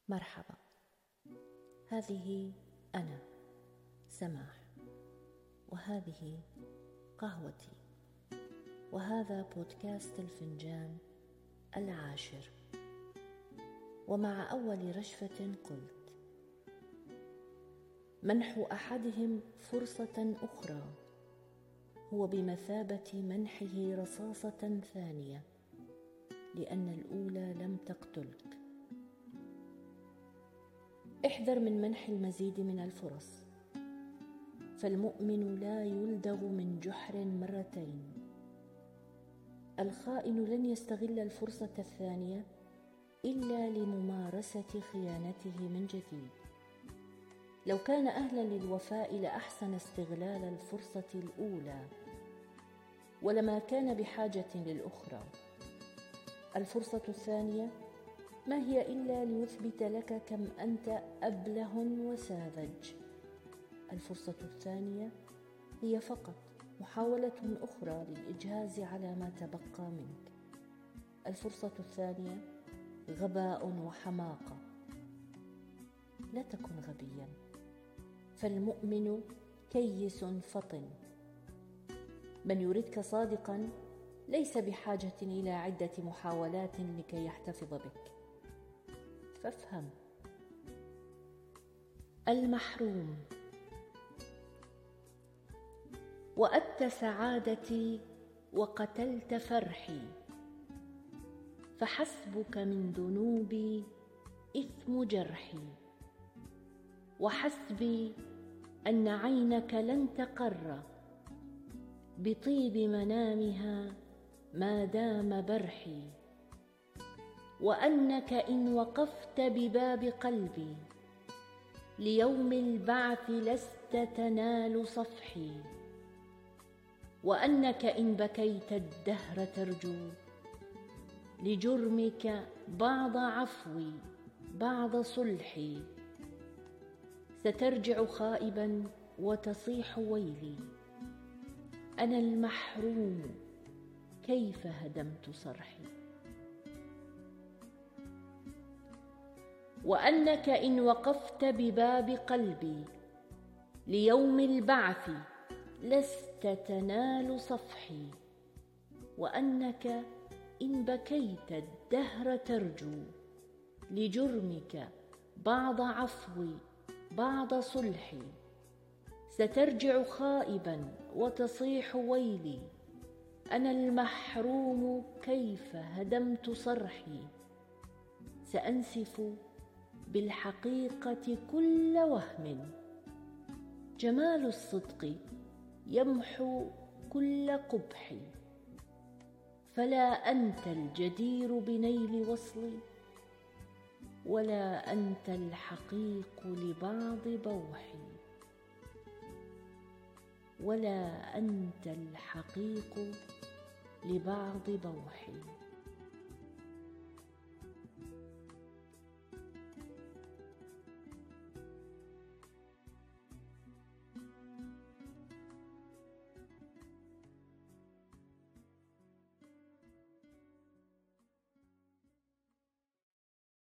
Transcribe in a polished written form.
مرحبا، هذه أنا سماح، وهذه قهوتي، وهذا بودكاست الفنجان العاشر. ومع أول رشفة قلت: منح أحدهم فرصة أخرى هو بمثابة منحه رصاصة ثانية، لأن الأولى لم تقتلك. احذر من منح المزيد من الفرص، فالمؤمن لا يلدغ من جحر مرتين. الخائن لن يستغل الفرصة الثانية إلا لممارسة خيانته من جديد. لو كان أهلا للوفاء لأحسن استغلال الفرصة الأولى، ولما كان بحاجة للأخرى. الفرصة الثانية ما هي إلا ليثبت لك كم أنت أبله وساذج. الفرصة الثانية هي فقط محاولة أخرى للإجهاز على ما تبقى منك. الفرصة الثانية غباء وحماقة. لا تكن غبيا، فالمؤمن كيس فطن. من يردك صادقا ليس بحاجة إلى عدة محاولات لكي يحتفظ بك. فافهم. المحروم. وأدت سعادتي وقتلت فرحي، فحسبك من ذنوبي إثم جرحي. وحسبي أن عينك لن تقر بطيب منامها ما دام برحي، وأنك إن وقفت بباب قلبي ليوم البعث لست تنال صفحي، وأنك إن بكيت الدهر ترجو لجرمك بعض عفوي بعض صلحي. سترجع خائبا وتصيح ويلي: أنا المحروم كيف هدمت صرحي. وأنك إن وقفت بباب قلبي ليوم البعث لست تنال صفحي، وأنك إن بكيت الدهر ترجو لجرمك بعض عفوي بعض صلحي. سترجع خائبا وتصيح ويلي: أنا المحروم كيف هدمت صرحي. سأنسف بالحقيقة كل وهم، جمال الصدق يمحو كل قبح. فلا أنت الجدير بنيل وصلي، ولا أنت الحقيق لبعض بوحي، ولا أنت الحقيق لبعض بوحي.